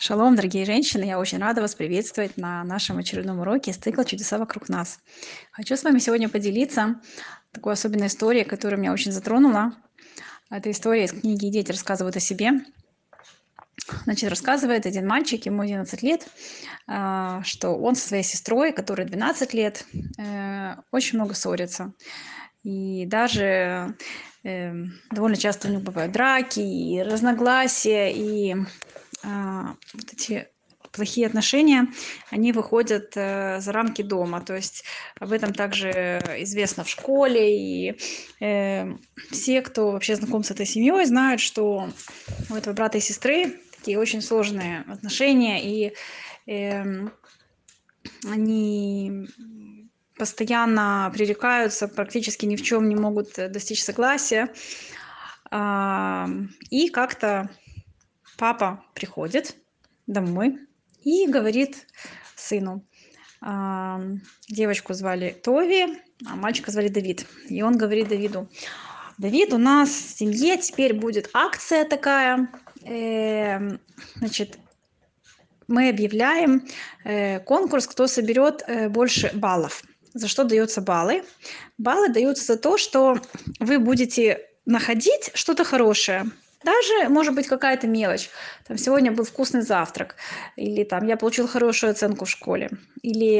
Шалом, дорогие женщины! Я очень рада вас приветствовать на нашем очередном уроке из цикла «Чудеса вокруг нас». Хочу с вами сегодня поделиться такой особенной историей, которая меня очень затронула. Это история из книги «Дети рассказывают о себе». Значит, рассказывает один мальчик, ему 11 лет, что он со своей сестрой, которой 12 лет, очень много ссорятся. И даже довольно часто у них бывают драки и разногласия, и вот эти плохие отношения, они выходят за рамки дома. То есть об этом также известно в школе. И все, кто вообще знаком с этой семьей, знают, что у этого брата и сестры такие очень сложные отношения, и они постоянно пререкаются, практически ни в чем не могут достичь согласия. И как-то папа приходит домой и говорит сыну, девочку звали Тови, а мальчика звали Давид. И он говорит Давиду: Давид, у нас в семье теперь будет акция такая, значит, мы объявляем конкурс, кто соберет больше баллов. За что даются баллы? Баллы даются за то, что вы будете находить что-то хорошее. Даже, может быть, какая-то мелочь. Там, сегодня был вкусный завтрак. Или там, я получил хорошую оценку в школе. Или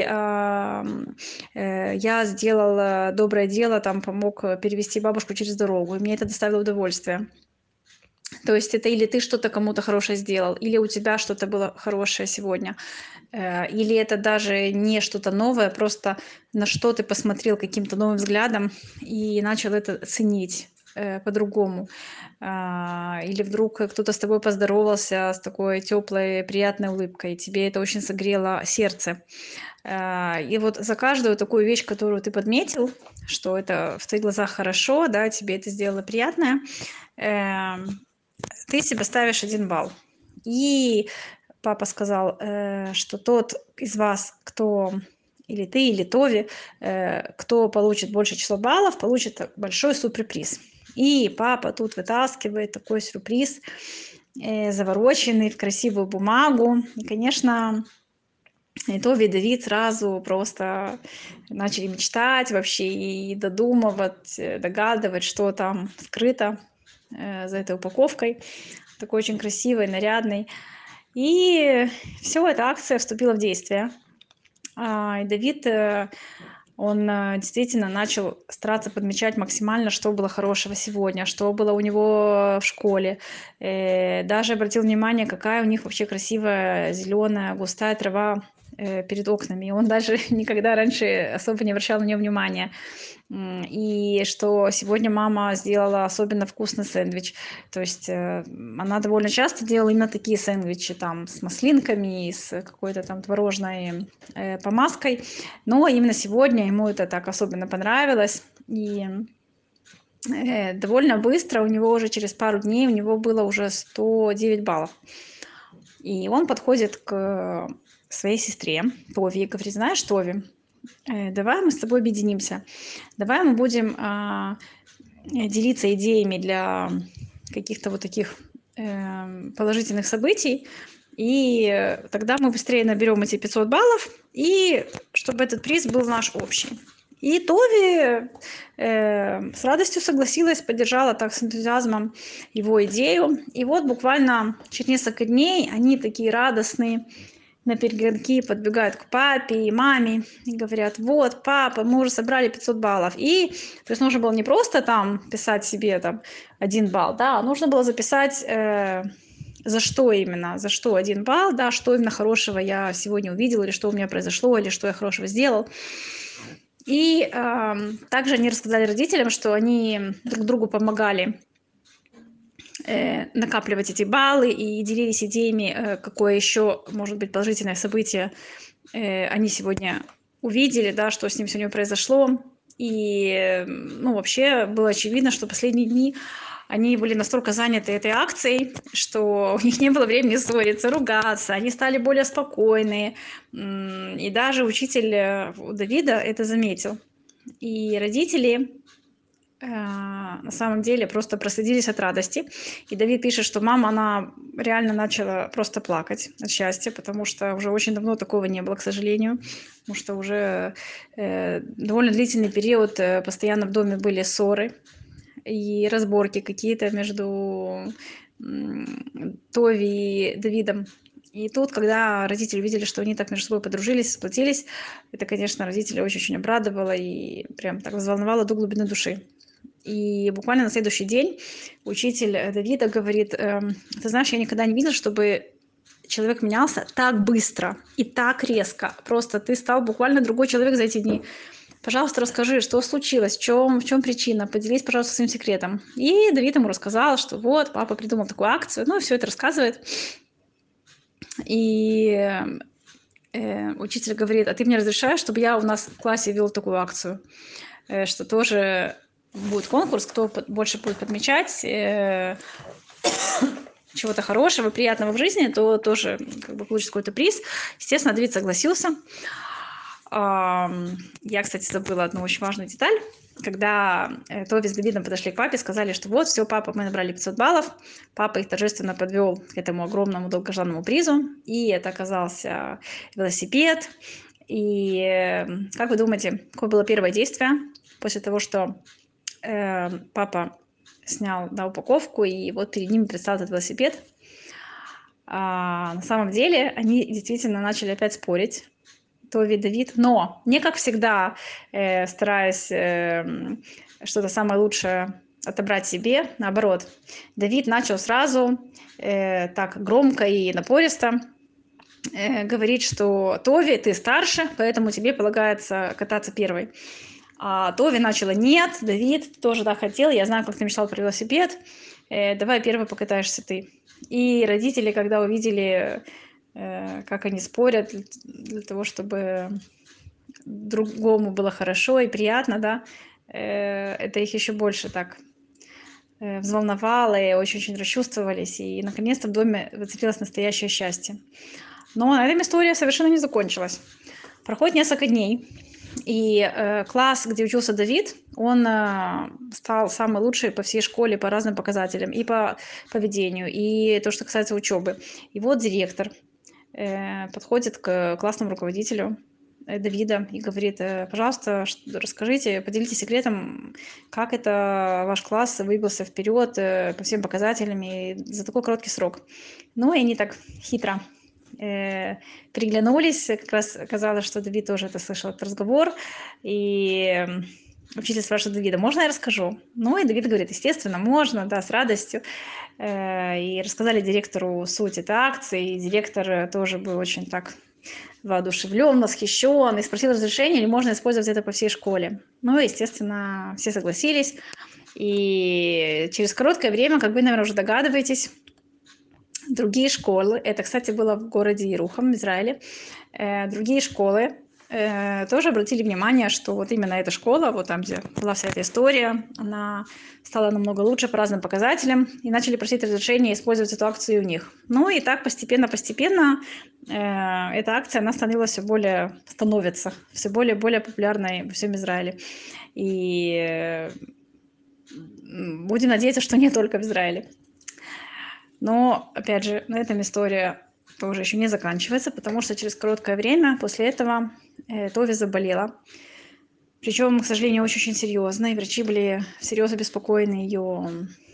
я сделал доброе дело, там, помог перевести бабушку через дорогу. И мне это доставило удовольствие. То есть это или ты что-то кому-то хорошее сделал, или у тебя что-то было хорошее сегодня, или это даже не что-то новое, просто на что ты посмотрел каким-то новым взглядом и начал это ценить по-другому. Или вдруг кто-то с тобой поздоровался с такой теплой, приятной улыбкой, и тебе это очень согрело сердце. И вот за каждую такую вещь, которую ты подметил, что это в твоих глазах хорошо, да, тебе это сделало приятное, ты себе ставишь 1 балл. И папа сказал, что тот из вас, кто, или ты, или Тови, кто получит большее число баллов, получит большой суперприз. И папа тут вытаскивает такой сюрприз, завороченный в красивую бумагу. И, конечно, и Тови и Давид сразу просто начали мечтать вообще и додумывать, догадывать, что там скрыто за этой упаковкой, такой очень красивой, нарядной. И все, эта акция вступила в действие. И Давид, он действительно начал стараться подмечать максимально, что было хорошего сегодня, что было у него в школе. Даже обратил внимание, какая у них вообще красивая зеленая густая трава перед окнами. И он даже никогда раньше особо не обращал на нее внимания. И что сегодня мама сделала особенно вкусный сэндвич. То есть она довольно часто делала именно такие сэндвичи, там, с маслинками, с какой-то там творожной помазкой. Но именно сегодня ему это так особенно понравилось. И довольно быстро, у него уже через пару дней, у него было уже 109 баллов. И он подходит к своей сестре Тови и говорит: знаешь, Тови, давай мы с тобой объединимся, давай мы будем делиться идеями для каких-то вот таких положительных событий, и тогда мы быстрее наберем эти 500 баллов, и чтобы этот приз был наш общий. И Тови с радостью согласилась, поддержала так с энтузиазмом его идею. И вот буквально через несколько дней они такие радостные, на перегонки подбегают к папе и маме и говорят: вот, папа, мы уже собрали 500 баллов. И то есть нужно было не просто там писать себе там 1 балл, да, а нужно было записать, за что именно, за что 1 балл, да, что именно хорошего я сегодня увидел, или что у меня произошло, или что я хорошего сделал. И также они рассказали родителям, что они друг другу помогали накапливать эти баллы и делились идеями, какое еще может быть положительное событие они сегодня увидели, да, что с ним сегодня произошло. И ну, вообще было очевидно, что последние дни они были настолько заняты этой акцией, что у них не было времени ссориться, ругаться, они стали более спокойные. И даже учитель у Давида это заметил. И родители на самом деле просто просадились от радости. И Давид пишет, что мама, она реально начала просто плакать от счастья, потому что уже очень давно такого не было, к сожалению. Потому что уже довольно длительный период постоянно в доме были ссоры и разборки какие-то между Тови и Давидом. И тут, когда родители увидели, что они так между собой подружились, сплотились, это, конечно, родителей очень-очень обрадовало и прям так взволновало до глубины души. И буквально на следующий день учитель Давида говорит: ты знаешь, я никогда не видел, чтобы человек менялся так быстро и так резко. Просто ты стал буквально другой человек за эти дни. Пожалуйста, расскажи, что случилось, в чем причина, поделись, пожалуйста, своим секретом. И Давид ему рассказал, что вот, папа придумал такую акцию, ну, все это рассказывает. И учитель говорит: а ты мне разрешаешь, чтобы я у нас в классе вел такую акцию, что тоже будет конкурс, кто больше будет подмечать чего-то хорошего, приятного в жизни, то тоже как бы получит какой-то приз. Естественно, Давид согласился. Я, кстати, забыла одну очень важную деталь. Когда Тови с Давидом подошли к папе, сказали, что вот, все, папа, мы набрали 500 баллов. Папа их торжественно подвел к этому огромному долгожданному призу. И это оказался велосипед. И как вы думаете, какое было первое действие после того, что папа снял упаковку, и вот перед ними предстал этот велосипед? На самом деле они действительно начали опять спорить, Тови и Давид, но не как всегда, стараясь что-то самое лучшее отобрать себе, наоборот. Давид начал сразу так громко и напористо говорить, что Тови, ты старше, поэтому тебе полагается кататься первой. А Тови начала: нет, Давид тоже так хотел, я знаю, как ты мечтал про велосипед, давай первый покатаешься ты. И родители, когда увидели, как они спорят для того, чтобы другому было хорошо и приятно, да, это их еще больше так взволновало, и очень-очень расчувствовались, и наконец-то в доме воцарилось настоящее счастье. Но на этом история совершенно не закончилась. Проходит несколько дней, и класс, где учился Давид, он стал самый лучший по всей школе по разным показателям, и по поведению, и то, что касается учебы. И вот директор подходит к классному руководителю Давида и говорит: пожалуйста, расскажите, поделитесь секретом, как это ваш класс выбился вперед по всем показателям и за такой короткий срок. Ну, и они так хитро приглянулись. Как раз оказалось, что Давид тоже это слышал, этот разговор. И учитель спрашивает Давида: можно я расскажу? Ну, и Давид говорит: естественно, можно, да, с радостью. И рассказали директору суть этой акции. И директор тоже был очень так воодушевлен, восхищен, и спросил разрешения, или можно использовать это по всей школе. Ну, естественно, все согласились. И через короткое время, как вы, наверное, уже догадываетесь, другие школы, это, кстати, было в городе Иерухам, в Израиле, другие школы тоже обратили внимание, что вот именно эта школа, вот там, где была вся эта история, она стала намного лучше по разным показателям, и начали просить разрешения использовать эту акцию у них. Ну и так постепенно эта акция, она становится все более и более популярной во всем Израиле. И будем надеяться, что не только в Израиле. Но, опять же, на этом история тоже еще не заканчивается, потому что через короткое время после этого Тови заболела. Причем, к сожалению, очень-очень серьезно, и врачи были всерьез обеспокоены ее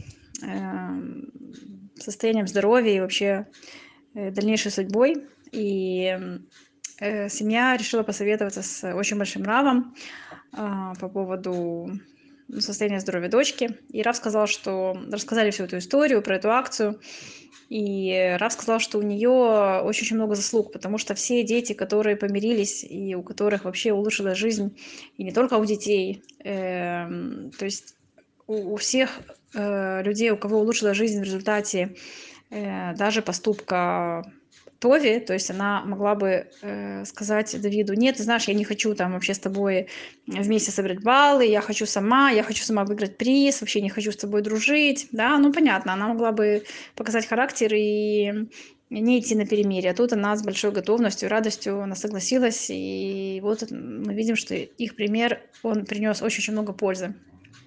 состоянием здоровья и вообще дальнейшей судьбой. И семья решила посоветоваться с очень большим равом по поводу состояния здоровья дочки. И Рав сказал, что рассказали всю эту историю про эту акцию. И Рав сказал, что у нее очень-очень много заслуг, потому что все дети, которые помирились и у которых вообще улучшилась жизнь, и не только у детей, то есть у всех людей, у кого улучшилась жизнь в результате даже поступка Тови, то есть она могла бы сказать Давиду: нет, ты знаешь, я не хочу там вообще с тобой вместе собрать баллы, я хочу сама выиграть приз, вообще не хочу с тобой дружить, да, ну понятно, она могла бы показать характер и не идти на перемирие, а тут она с большой готовностью и радостью она согласилась, и вот мы видим, что их пример, он принес очень-очень много пользы.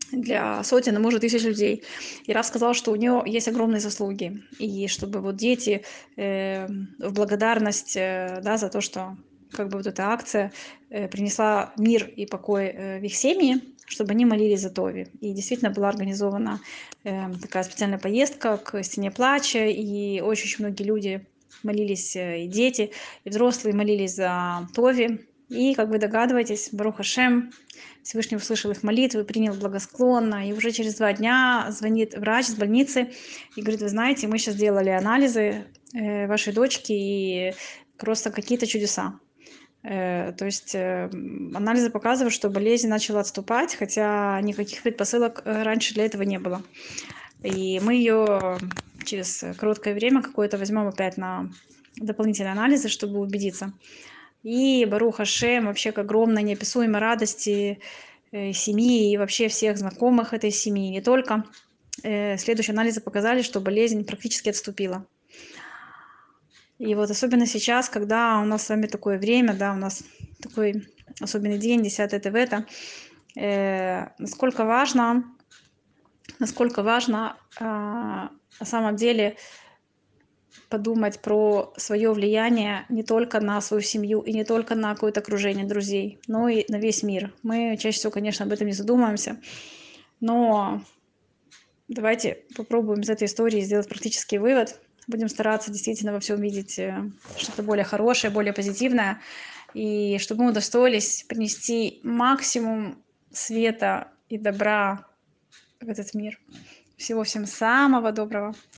для сотен, а может тысяч людей. И Раф сказал, что у нее есть огромные заслуги. И чтобы вот дети в благодарность да, за то, что как бы вот эта акция принесла мир и покой в их семьи, чтобы они молились за Тови. И действительно была организована такая специальная поездка к Стене Плача, и очень многие люди молились, и дети, и взрослые молились за Тови. И, как вы догадываетесь, Барух Ашем, Всевышний услышал их молитвы, принял благосклонно, и уже через 2 дня звонит врач с больницы и говорит: вы знаете, мы сейчас делали анализы вашей дочки, и просто какие-то чудеса. То есть анализы показывают, что болезнь начала отступать, хотя никаких предпосылок раньше для этого не было. И мы ее через короткое время какое-то возьмем опять на дополнительные анализы, чтобы убедиться. И Барух Ашем, вообще к огромной неописуемой радости семьи и вообще всех знакомых этой семьи, не только. Следующие анализы показали, что болезнь практически отступила. И вот особенно сейчас, когда у нас с вами такое время, да, у нас такой особенный день, 10 Тевета, насколько важно на самом деле подумать про свое влияние не только на свою семью и не только на какое-то окружение друзей, но и на весь мир. Мы чаще всего, конечно, об этом не задумываемся, но давайте попробуем из этой истории сделать практический вывод. Будем стараться действительно во всем видеть что-то более хорошее, более позитивное, и чтобы мы удостоились принести максимум света и добра в этот мир. Всего всем самого доброго.